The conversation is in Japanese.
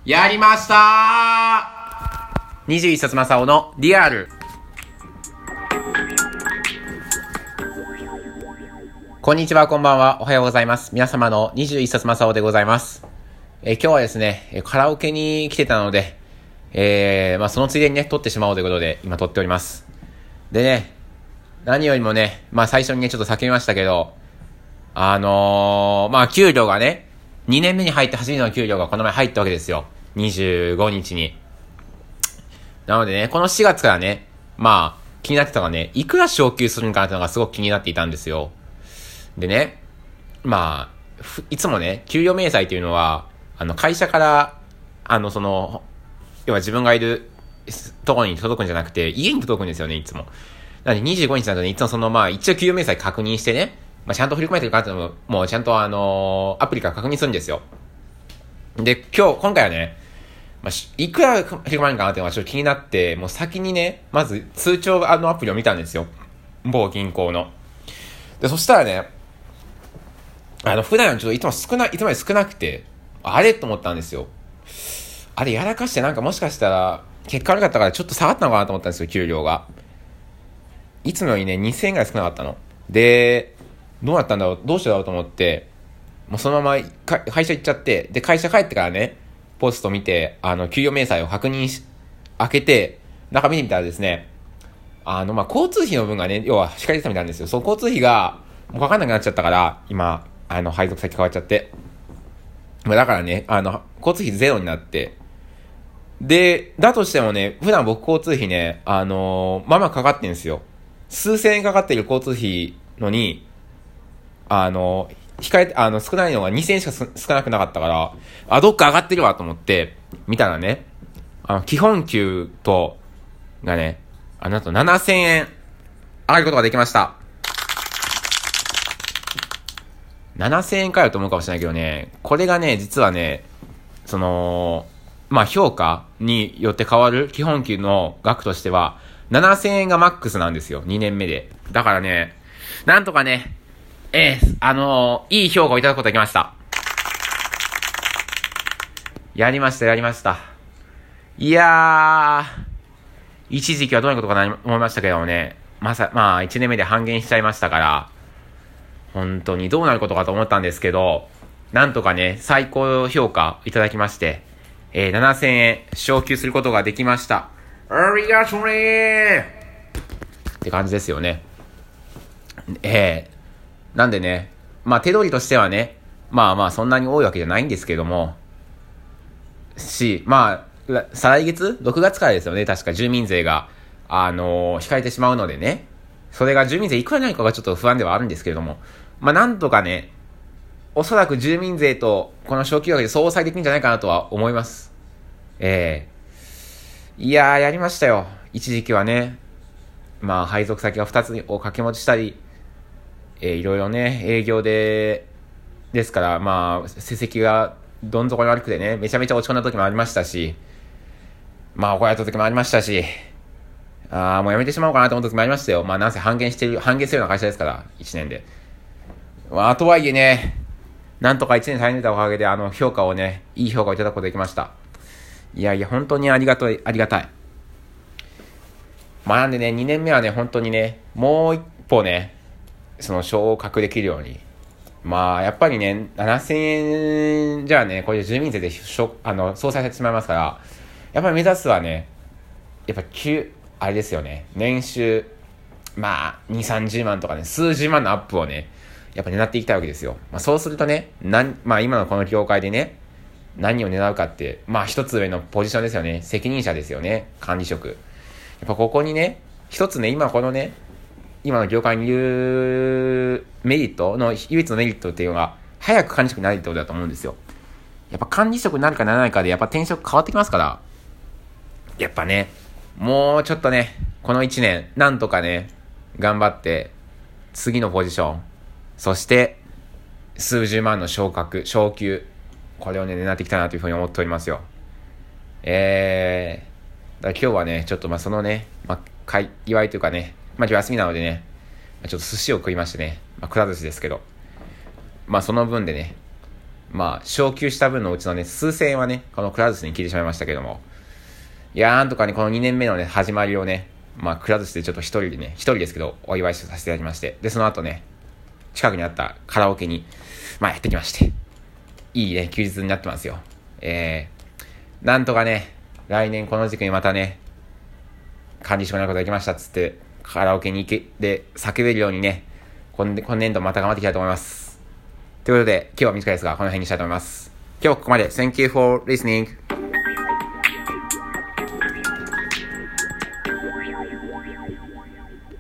やりましたー。21冊正雄のリアル。こんにちは、こんばんは、おはようございます。皆様の21冊正雄でございます。今日はですね、カラオケに来てたので、そのついでにね、撮ってしまおうということで、今撮っております。でね、何よりもね、最初にね、ちょっと叫びましたけど、給料がね、2年目に入って初めての給料がこの前入ったわけですよ。25日に。なのでね、この4月からね、気になってたのがね、いくら昇給するのかなってのがすごく気になっていたんですよ。でね、いつもね、給与明細というのは、会社から、要は自分がいるところに届くんじゃなくて、家に届くんですよね、いつも。なので25日なので、いつも一応給与明細確認してね、ちゃんと振り込まれてるかっていうのも、もうちゃんとアプリから確認するんですよ。で、今回はね、いくら振り込まれるかなっていうのがちょっと気になって、もう先にね、まず通帳アプリを見たんですよ。某銀行の。で、そしたらね、普段よりちょっといつもより少なくて、あれと思ったんですよ。あれやらかしてもしかしたら、結果悪かったからちょっと下がったのかなと思ったんですよ、給料が。いつもよりね、2000円ぐらい少なかったの。で、どうなったんだろう、どうしてだろうと思って、もうそのまま会社行っちゃって、で、会社帰ってからね、ポスト見て、給与明細を開けて、中見てみたらですね、交通費の分がね、要は引かれてたみたいなんですよ。その交通費が、もう分かんなくなっちゃったから、今、配属先変わっちゃって。だからね、交通費ゼロになって、で、だとしてもね、普段僕交通費ね、かかってんですよ。数千円かかってる交通費のに、少ないのが2000円しか少なくなかったから、どっか上がってるわと思って、見たらね、基本給がね、なんと7000円上がることができました。7000円かよと思うかもしれないけどね、これがね、実はね、評価によって変わる基本給の額としては、7000円がマックスなんですよ、2年目で。だからね、なんとかね、いい評価をいただくことができました。やりました。いやー、一時期はどういうことかな思いましたけどもね、1年目で半減しちゃいましたから、本当にどうなることかと思ったんですけど、なんとかね、最高評価いただきまして、7000円昇給することができました。ありがとうねーって感じですよね。なんでね、手取りとしてはね、そんなに多いわけじゃないんですけども、再来月 ?6 月からですよね、確か住民税が、引かれてしまうのでね、それが住民税いくらになるかがちょっと不安ではあるんですけれども、なんとかね、おそらく住民税とこの昇給額で相殺できるんじゃないかなとは思います。いやー、やりましたよ。一時期はね、配属先が2つを掛け持ちしたり、いろいろね、営業ですから、成績がどん底に悪くてね、めちゃめちゃ落ち込んだ時もありましたし、怒られた時もありましたし、もうやめてしまおうかなと思った時もありましたよ。なんせ半減するような会社ですから、1年で。とはいえね、なんとか1年耐え抜いたおかげで、評価をね、いい評価をいただくことができました。いや、本当にありがたい。なんでね、2年目はね、本当にね、もう一歩ね、昇格できるように。やっぱりね、7000円じゃあね、これで住民税で相殺されてしまいますから、やっぱり目指すはね、やっぱあれですよね、年収、2、30万とかね、数十万のアップをね、やっぱ狙っていきたいわけですよ。そうするとね、今のこの業界でね、何を狙うかって、一つ上のポジションですよね。責任者ですよね。管理職。やっぱここにね、一つね、今の業界にいるメリットの、唯一のメリットっていうのが、早く管理職になるってことだと思うんですよ。やっぱ管理職になるかならないかで、やっぱ転職変わってきますから、やっぱね、もうちょっとね、この1年、なんとかね、頑張って、次のポジション、そして、数十万の昇給、これをね、狙っていきたいなというふうに思っておりますよ。だから今日はね、ちょっとそのね、祝いというかね、今日休みなのでね、ちょっと寿司を食いましてね、くら寿司ですけど、その分でね、 まあ、昇給した分のうちのね、数千円はね、このくら寿司に聞いてしまいましたけども。いやー、なんとかね、この2年目のね、始まりをね、まあ、くら寿司でちょっと一人ですけど、お祝いさせていただきまして。で、その後ね、近くにあったカラオケに、まあ、やってきまして。いいね、休日になってますよ。なんとかね、来年この時期にまたね、管理職になることができましたっつって、カラオケに行け、で、叫べるようにね、今年度また頑張っていきたいと思います。ということで、今日は短いですが、この辺にしたいと思います。今日はここまで。Thank you for listening.